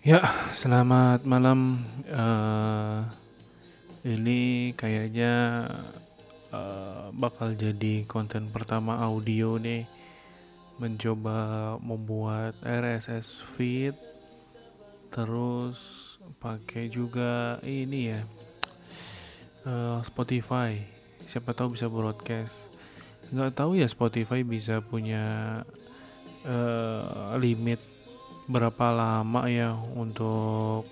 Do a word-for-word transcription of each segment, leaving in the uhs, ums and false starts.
Ya, selamat malam. Eh, ini kayaknya eh, bakal jadi konten pertama audio nih. Mencoba membuat R S S feed, terus pakai juga ini ya, eh, Spotify. Siapa tahu bisa broadcast. Nggak tahu ya Spotify bisa punya eh, limit berapa lama ya untuk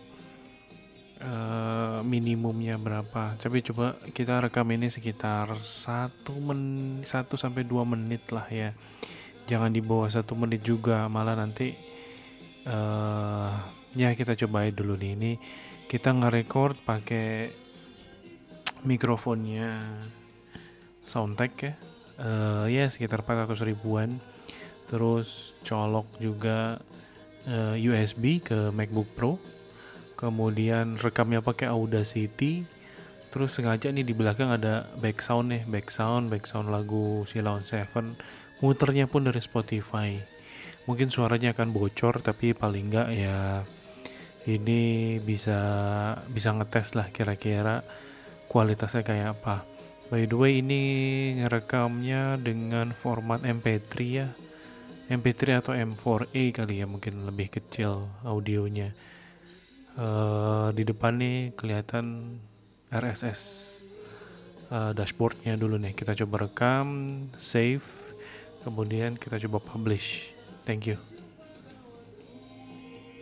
eh, minimumnya berapa. Tapi coba kita rekam ini sekitar satu men satu sampai dua menit lah ya. Jangan di bawah satu menit juga, malah nanti eh ya kita cobain dulu nih. Ini kita nge-record pakai mikrofonnya Soundtek ya. Eh ya sekitar empat ratus ribuan. Terus colok juga eh, U S B ke MacBook Pro. Kemudian rekamnya pakai Audacity. Terus sengaja nih di belakang ada back sound nih, back sound, back sound lagu Sheila on Seven. Muternya pun dari Spotify. Mungkin suaranya akan bocor tapi paling enggak ya ini bisa bisa ngetes lah kira-kira kualitasnya kayak apa. By the way ini ngerekamnya dengan format M P tiga ya. M P tiga atau M four A kali ya, mungkin lebih kecil audionya. Eh, di depan nih kelihatan R S S uh, dashboardnya dulu nih. Kita coba rekam, save, kemudian kita coba publish. Thank you.